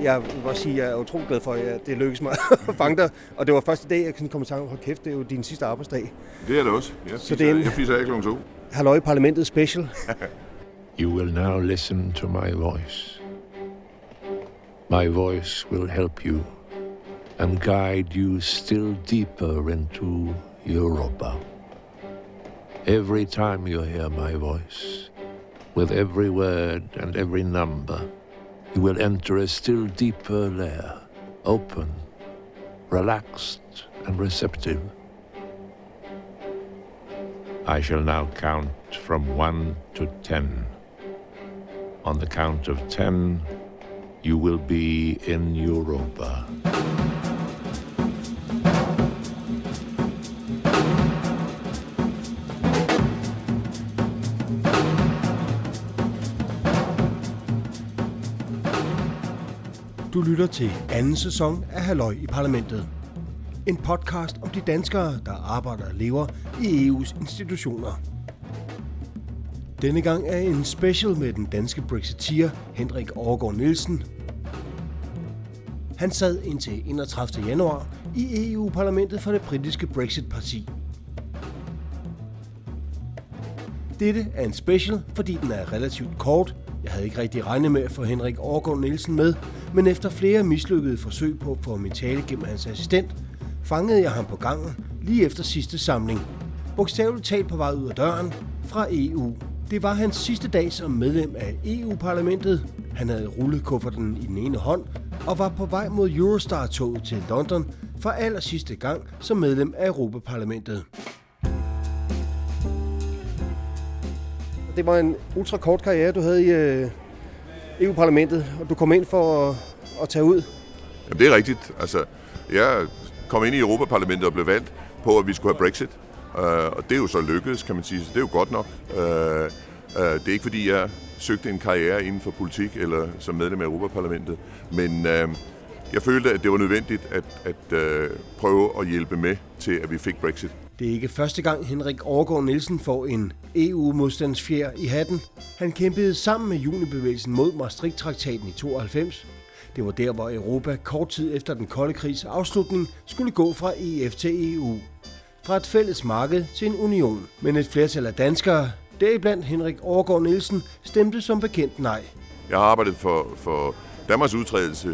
jeg vil bare sige, at jeg er utrolig glad for, at det lykkedes mig at fange dig. Og det var første dag, jeg kom i tanke om, hold kæft, det er jo din sidste arbejdsdag. Det er det også. Jeg fiser af kl. 2. Halløj i Parlamentet special. You will now listen to my voice. My voice will help you and guide you still deeper into Europa. Every time you hear my voice, with every word and every number, you will enter a still deeper layer, open, relaxed and receptive. I shall now count from 1 to 10. On the count of 10, you will be in Europa. Du lytter til anden sæson af Halløj i Parlamentet. En podcast om de danskere, der arbejder og lever i EU's institutioner. Denne gang er en special med den danske brexiteer Henrik Overgaard Nielsen. Han sad indtil 31. januar i EU-parlamentet for det britiske Brexit-parti. Dette er en special, fordi den er relativt kort. Jeg havde ikke rigtig regnet med at få Henrik Overgaard Nielsen med, men efter flere mislykkede forsøg på at få min tale gennem hans assistent, fangede jeg ham på gangen lige efter sidste samling. Bogstaveligt talt på vej ud af døren fra EU. Det var hans sidste dag som medlem af EU-parlamentet. Han havde rullekufferten i den ene hånd og var på vej mod Eurostar-toget til London for allersidste gang som medlem af Europaparlamentet. Det var en ultra kort karriere, du havde i EU-parlamentet, og du kom ind for at tage ud. Jamen, det er rigtigt. Altså, jeg kom ind i Europaparlamentet og blev valgt på, at vi skulle have Brexit. Og det er jo så lykkedes, kan man sige, så det er jo godt nok. Det er ikke fordi, jeg søgte en karriere inden for politik eller som medlem af Europaparlamentet, men jeg følte, at det var nødvendigt at prøve at hjælpe med til, at vi fik Brexit. Det er ikke første gang, Henrik Overgaard Nielsen får en EU-modstandsfjer i hatten. Han kæmpede sammen med junibevægelsen mod Maastricht-traktaten i 92. Det var der, hvor Europa kort tid efter den kolde krigs afslutning skulle gå fra EF til EU. Fra et fælles marked til en union. Men et flertal af danskere, deriblandt Henrik Overgaard Nielsen, stemte som bekendt nej. Jeg har arbejdet for Danmarks udtrædelse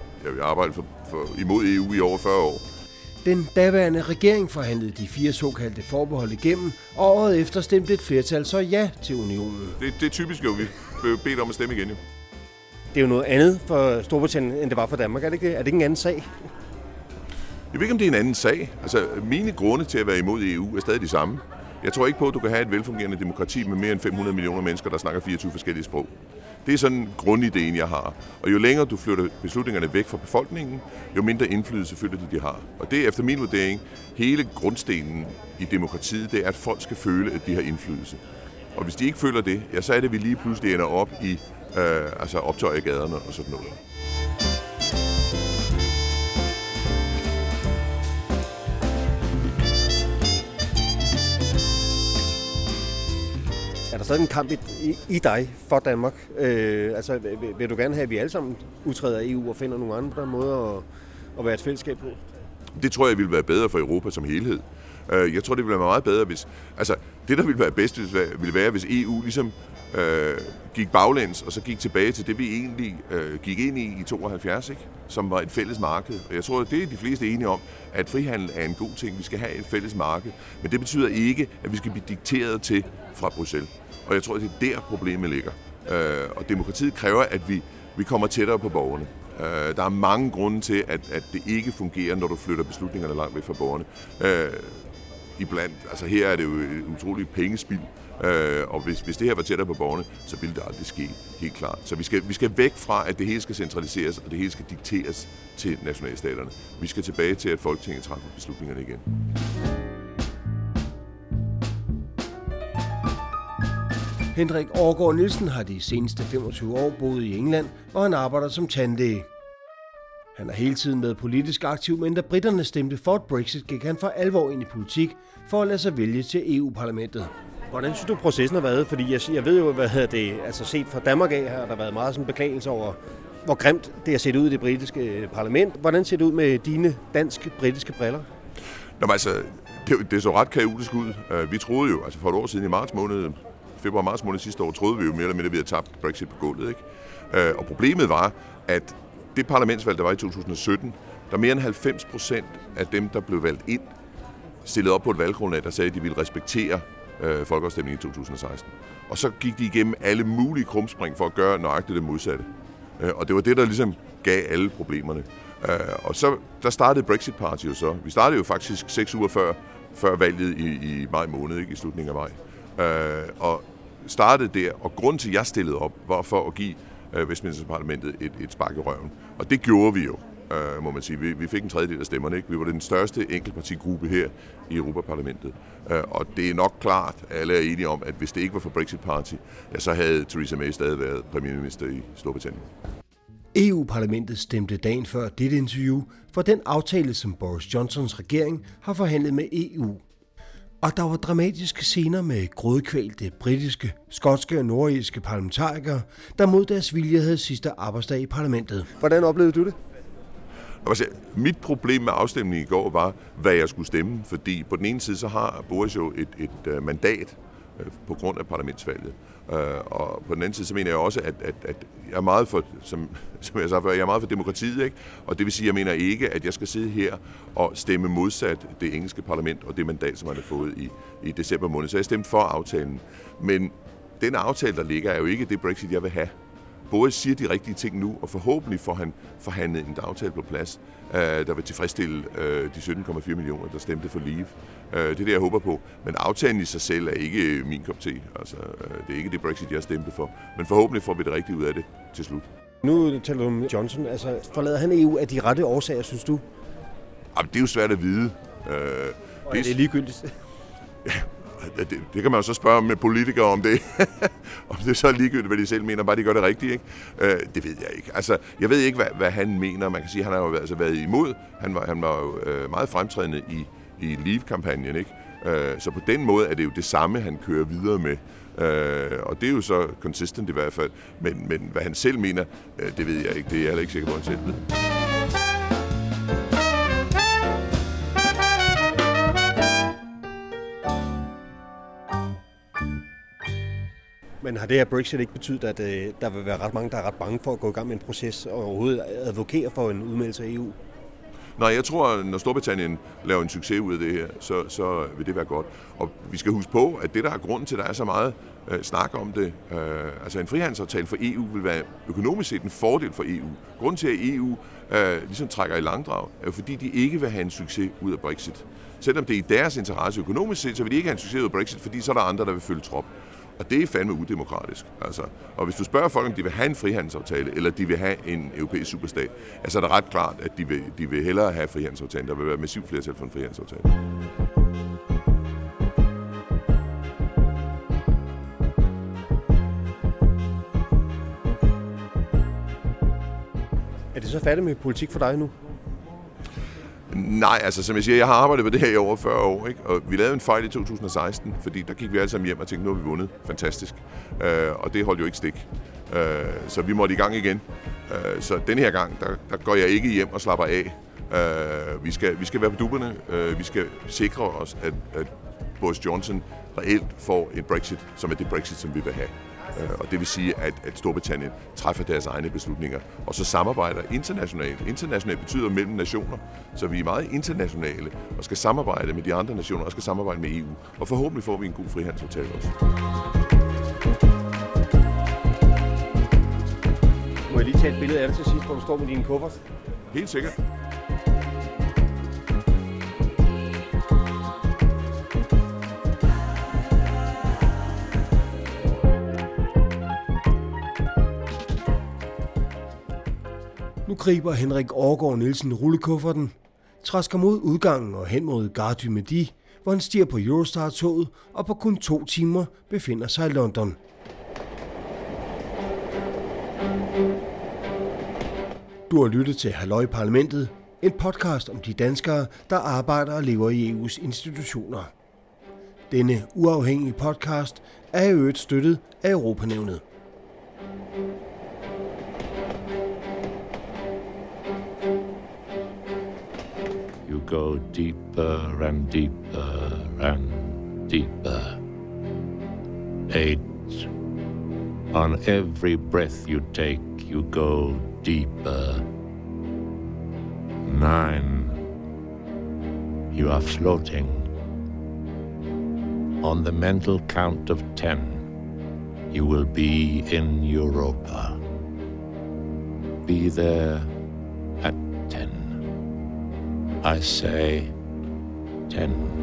imod EU i over 40 år. Den daværende regering forhandlede de 4 såkaldte forbehold igennem, og året efter stemte et flertal så ja til unionen. Det er typisk jo, vi blev bedt om at stemme igen jo. Det er jo noget andet for Storbritannien, end det var for Danmark, er det ikke det? Er det ikke en anden sag? Jeg ved ikke, om det er en anden sag. Altså, mine grunde til at være imod EU er stadig de samme. Jeg tror ikke på, at du kan have et velfungerende demokrati med mere end 500 millioner mennesker, der snakker 24 forskellige sprog. Det er sådan grundideen, jeg har. Og jo længere du flytter beslutningerne væk fra befolkningen, jo mindre indflydelse føler de har. Og det er efter min vurdering hele grundstenen i demokratiet, det er, at folk skal føle, at de har indflydelse. Og hvis de ikke føler det, ja, så er det, at vi lige pludselig ender op i optøjer i gaderne og sådan noget. Er der sådan en kamp i dig for Danmark? Vil du gerne have, at vi alle sammen udtræder af EU og finder nogle andre måder at være et fællesskab på? Det tror jeg ville være bedre for Europa som helhed. Jeg tror, det ville være meget bedre, hvis... Altså, det, der ville være bedst, ville være, hvis EU ligesom gik baglæns, og så gik tilbage til det, vi egentlig gik ind i 72, ikke? Som var et fælles marked. Og jeg tror, det er de fleste enige om, at frihandel er en god ting. Vi skal have et fælles marked. Men det betyder ikke, at vi skal blive dikteret til fra Bruxelles. Og jeg tror, det er der, problemet ligger. Og demokratiet kræver, at vi kommer tættere på borgerne. Der er mange grunde til, at det ikke fungerer, når du flytter beslutningerne langt væk fra borgerne. Iblandt, altså her er det jo et utroligt pengespild, og hvis det her var tættere på borgerne, så ville det aldrig ske, helt klart. Så vi skal væk fra, at det hele skal centraliseres, og det hele skal dikteres til nationalstaterne. Vi skal tilbage til, at Folketinget træffer beslutningerne igen. Henrik Overgaard Nielsen har de seneste 25 år boet i England, hvor han arbejder som tandlæge. Han har hele tiden været politisk aktiv, men da britterne stemte for et Brexit, gik han for alvor ind i politik for at lade sig vælge til EU-parlamentet. Hvordan synes du, processen har været? Fordi jeg ved jo, set fra Danmark af har der været meget sådan beklagelse over hvor grimt det har set ud i det britiske parlament. Hvordan ser det ud med dine dansk-britiske briller? Nå, men altså, det så ret kaotisk ud. Vi troede jo, altså for et år siden i februar-marts måned sidste år, troede vi jo mere eller mindre, at vi havde tabt Brexit på gulvet, ikke? Og problemet var, at det parlamentsvalg, der var i 2017, der mere end 90% af dem, der blev valgt ind, stillede op på et valggrundlag, der sagde, at de ville respektere folkeafstemningen i 2016. Og så gik de igennem alle mulige krumspring for at gøre nøjagtigt det modsatte. Og det var det, der ligesom gav alle problemerne. Og så der startede Brexit Party jo så. Vi startede jo faktisk 6 uger før valget i maj måned, ikke? I slutningen af maj. Og startede der, og grunden til, at jeg stillede op, var for at give Westminster-parlamentet et spark i røven. Og det gjorde vi jo, må man sige. Vi fik en tredjedel af stemmerne, ikke? Vi var den største enkeltpartigruppe her i Europaparlamentet. Og det er nok klart, at alle er enige om, at hvis det ikke var for Brexit Party, ja, så havde Theresa May stadig været premierminister i Storbritannien. EU-parlamentet stemte dagen før dette interview for den aftale, som Boris Johnsons regering har forhandlet med EU. Og der var dramatiske scener med grådkvælte britiske, skotske og nordirske parlamentarikere, der mod deres vilje havde sidste arbejdsdag i parlamentet. Hvordan oplevede du det? Altså, mit problem med afstemningen i går var, hvad jeg skulle stemme, fordi på den ene side så har Boris jo et mandat på grund af parlamentsvalget. Og på den anden side så mener jeg også, at jeg er meget for, som jeg sagde før, jeg er meget for demokratiet, ikke? Og det vil sige, at jeg mener ikke, at jeg skal sidde her og stemme modsat det engelske parlament og det mandat, som man har fået i december måned. Så jeg stemte for aftalen. Men den aftale, der ligger, er jo ikke det Brexit, jeg vil have. Boris siger de rigtige ting nu, og forhåbentlig får han forhandlet en aftale på plads, der vil tilfredsstille de 17,4 millioner, der stemte for Leave. Det er det, jeg håber på. Men aftalen i sig selv er ikke min kop te. Altså, det er ikke det Brexit, jeg stemte for. Men forhåbentlig får vi det rigtige ud af det til slut. Nu taler du om Johnson. Altså, forlader han EU af de rette årsager, synes du? Jamen, det er jo svært at vide. Og er det ligegyldigt? Det kan man jo så spørge med politikere om det. Om det så er ligegyldigt, hvad de selv mener, bare de gør det rigtigt, ikke? Det ved jeg ikke. Altså, jeg ved ikke, hvad han mener. Man kan sige, at han har jo været imod. Han var jo meget fremtrædende i Leave-kampagnen, ikke? Så på den måde er det jo det samme, han kører videre med. Og det er jo så consistent i hvert fald. Men hvad han selv mener, det ved jeg ikke. Det er jeg heller ikke sikker på, at han selv ved. Men har det her Brexit ikke betydet, at der vil være ret mange, der er ret bange for at gå i gang med en proces og overhovedet advokere for en udmeldelse af EU? Nej, jeg tror, at når Storbritannien laver en succes ud af det her, så vil det være godt. Og vi skal huske på, at det, der er grunden til, at der er så meget snak om det, altså en frihandelsaftale for EU vil være økonomisk set en fordel for EU. Grunden til, at EU ligesom trækker i langdrag, er jo fordi, de ikke vil have en succes ud af Brexit. Selvom det er i deres interesse økonomisk set, så vil de ikke have en succes ud af Brexit, fordi så er der andre, der vil følge trop. Og det er fandme udemokratisk. Altså. Og hvis du spørger folk, om de vil have en frihandelsaftale, eller de vil have en europæisk superstat, så er det ret klart, at de vil hellere have frihandelsaftalen. Der vil være massivt flertal for en frihandelsaftale. Er det så færdigt med politik for dig nu? Nej, altså som jeg siger, jeg har arbejdet med det her i over 40 år, ikke? Og vi lavede en fejl i 2016, fordi der gik vi alle sammen hjem og tænkte, nu har vi vundet. Fantastisk. Og det holdt jo ikke stik. Så vi måtte i gang igen. Så den her gang, der går jeg ikke hjem og slapper af. Vi skal være på dupperne. Vi skal sikre os, at Boris Johnson reelt får en Brexit, som er det Brexit, som vi vil have. Og det vil sige, at Storbritannien træffer deres egne beslutninger, og så samarbejder internationalt. Internationalt betyder mellem nationer, så vi er meget internationale og skal samarbejde med de andre nationer og skal samarbejde med EU. Og forhåbentlig får vi en god frihandelsaftale også. Må jeg lige tage et billede af dig til sidst, hvor du står med dine kuffert? Helt sikkert. Nu griber Henrik Aagaard Nielsen rullekufferten, trasker mod udgangen og hen mod Gare du Midi, hvor han stiger på Eurostar-toget og på kun 2 timer befinder sig i London. Du har lyttet til Halløj Parlamentet, en podcast om de danskere, der arbejder og lever i EU's institutioner. Denne uafhængige podcast er i øvrigt støttet af Europanævnet. go deeper and deeper and deeper. 8. On every breath you take, you go deeper. 9. You are floating. On the mental count of 10, you will be in Europa. Be there at 10. I say 10.